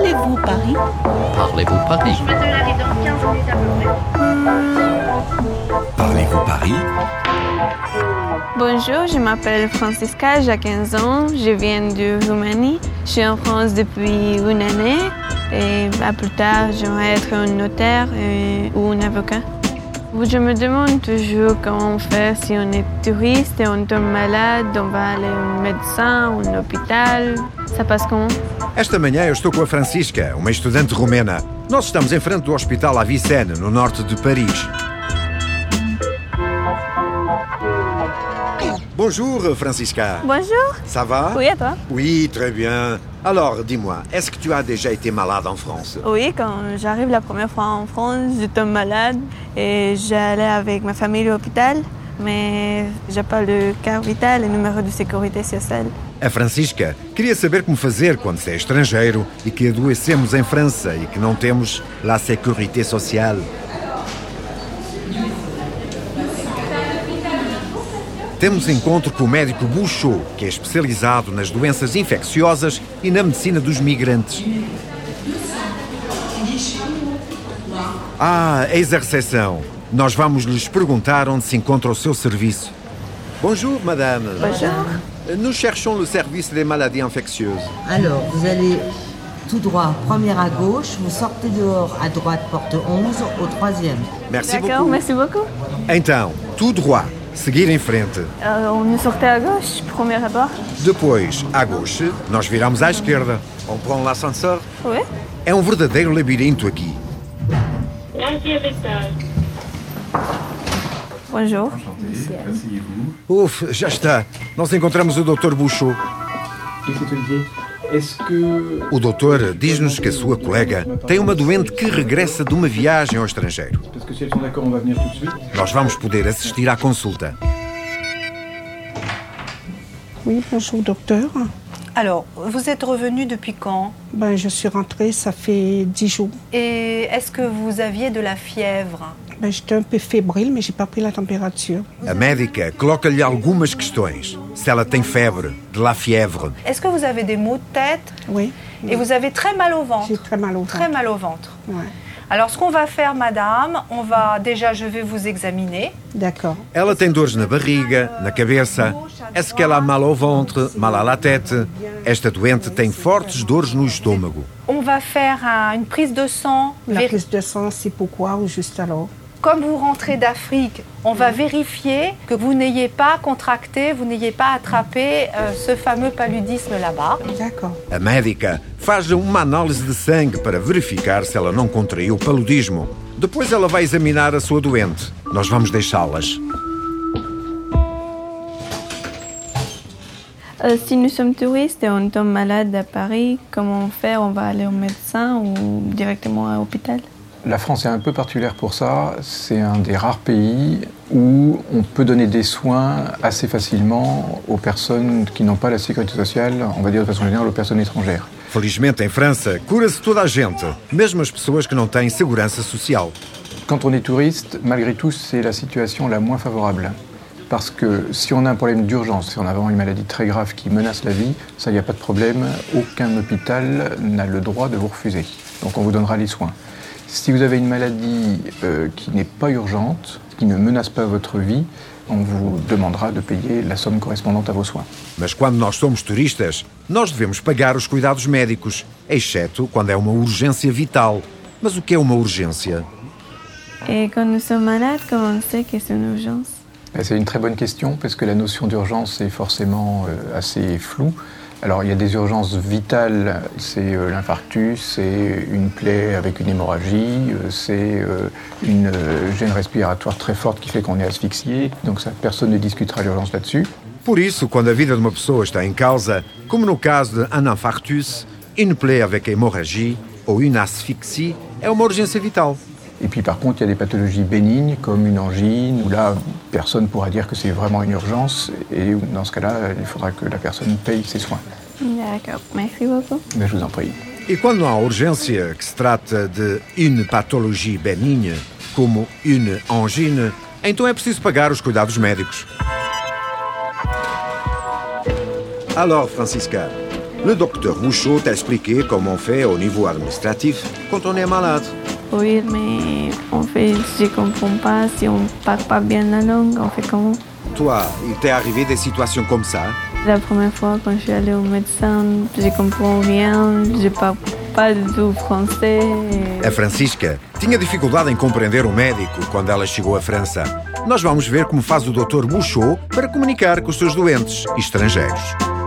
Parlez-vous Paris? Parlez-vous Paris? Je vais arriver dans 15 minutes à peu près. Parlez-vous Paris? Bonjour, je m'appelle Francisca, j'ai 15 ans, je viens de Roumanie. Je suis en France depuis une année et plus tard, j'aimerais être un notaire ou un avocat. Je me demande toujours comment faire si on est touriste et on tombe malade, on va aller à un médecin ou un hôpital. Ça passe comment? Esta manhã eu estou com a Francisca, uma estudante romena. Nós estamos em frente do Hospital Avicenne, no norte de Paris. Bonjour, Francisca. Bonjour. Ça va? Oui, et toi? Oui, très bien. Alors, dis-moi, est-ce que tu as déjà été malade en France? Oui, quand j'arrive la première fois en France, je tombe malade et j'allais avec ma famille à l'hôpital, mais j'ai pas le carte vitale et le numéro de sécurité sociale. A Francisca queria saber como fazer quando se é estrangeiro e que adoecemos em França e que não temos la sécurité sociale. Temos encontro com o médico Bouchot, que é especializado nas doenças infecciosas e na medicina dos migrantes. Eis a recepção. Nós vamos lhes perguntar onde se encontra o seu serviço. Bonjour, madame. Bonjour. Nous cherchons le service des maladies infectieuses. Alors, vous allez tout droit, première à gauche, vous sortez dehors à droite, porte 11, au troisième. Merci D'accord, beaucoup. merci beaucoup. Então, tout droit, seguir em frente. On est sortait à gauche, premier abord. Depois, à gauche, nós viramos à esquerda. On prend l'ascenseur. Oui. É um verdadeiro labirinto aqui. 11e étage. Bonjour. Uf, já está. Nós encontramos o Dr. Bouchot. Écoute Olivier, est-ce que... O doutor diz-nos que a sua colega tem uma doente que regressa de uma viagem ao estrangeiro. Parce que si elles sont d'accord, on va venir tout de suite. Nós vamos poder assistir à consulta. Oui, bonjour docteur. Alors, vous êtes revenu depuis quand? Je suis rentrée, ça fait 10 jours. Et est-ce que vous aviez de la fièvre? J'étais un peu fébrile, mais j'ai pas pris la température. A médica coloca-lhe algumas questões. Se ela tem febre, de la fièvre. Est-ce que vous avez des maux de tête? Oui. Et vous avez très mal au ventre? J'ai très mal au ventre. Très mal au ventre. Ouais. Alors, ce qu'on va faire, madame, je vais vous examiner. D'accord. Ela tem dores na barriga, na cabeça. Est-ce qu'elle a mal au ventre, mal à la tête? Esta doente tem fortes dores no estômago. On va faire une prise de sang. La prise de sang, c'est pourquoi ou juste alors? Comme vous rentrez d'Afrique, on va vérifier que vous n'ayez pas contracté, vous n'ayez pas attrapé ce fameux paludisme là-bas. D'accord. A médica faz uma análise de sangue para verificar se ela não contraiu paludismo. Depois ela vai examinar a sua doente. Nós vamos deixá-las. Si nous sommes touristes et on tombe malade à Paris, comment faire? On va aller au médecin ou directement à l'hôpital? La France est un peu particulière pour ça. C'est un des rares pays où on peut donner des soins assez facilement aux personnes qui n'ont pas la sécurité sociale, on va dire de façon générale aux personnes étrangères. Felizmente, em França, cura-se toda a gente, mesmo as pessoas que não têm segurança social. Quand on est touriste, malgré tout, c'est la situation la moins favorable. Parce que si on a un problème d'urgence, si on a vraiment une maladie très grave qui menace la vie, ça, il n'y a pas de problème. Aucun hôpital n'a le droit de vous refuser. Donc on vous donnera les soins. Si vous avez une maladie qui n'est pas urgente, qui ne menace pas votre vie, on vous demandera de payer la somme correspondante à vos soins. Mas quando nós somos turistas, nós devemos pagar os cuidados médicos, exceto quando é uma urgência vital. Mas o que é uma urgência? Et quand nous sommes malades, comment on sait que c'est une urgence? C'est une très bonne question, parce que la notion d'urgence est forcément assez floue. Alors, il y a des urgences vitales, c'est l'infarctus, c'est une plaie avec une hémorragie, c'est une gêne respiratoire très forte qui fait qu'on est asphyxié. Donc, ça, personne ne discutera l'urgence là-dessus. Por isso, quando a vida de uma pessoa está em causa, como no caso de un infarctus, une plaie avec hémorragie ou une asphyxie, é uma urgência vital. Et puis par contre, il y a des pathologies bénignes comme une angine, où là, personne ne pourra dire que c'est vraiment une urgence. Et dans ce cas-là, il faudra que la personne paye ses soins. D'accord, merci beaucoup. Mais je vous en prie. E quando há urgência que se trata de une pathologie bénigne, como une angine, então é preciso pagar os cuidados médicos. Alors, Francisca, Le docteur Bouchot t'a expliqué comment on fait au niveau administratif quand on est malade. Oui, mais en fait, je ne comprends pas. Si on ne parle pas bien la langue, on fait comment? Toi, il t'est arrivé des situations comme ça? La première fois, quand je suis allée au médecin, je ne comprends rien, je ne parle pas du tout français. A Francisca tinha dificuldade em compreender o médico quando ela chegou à França. Nós vamos ver como faz o Dr. Bouchot para comunicar com os seus doentes estrangeiros.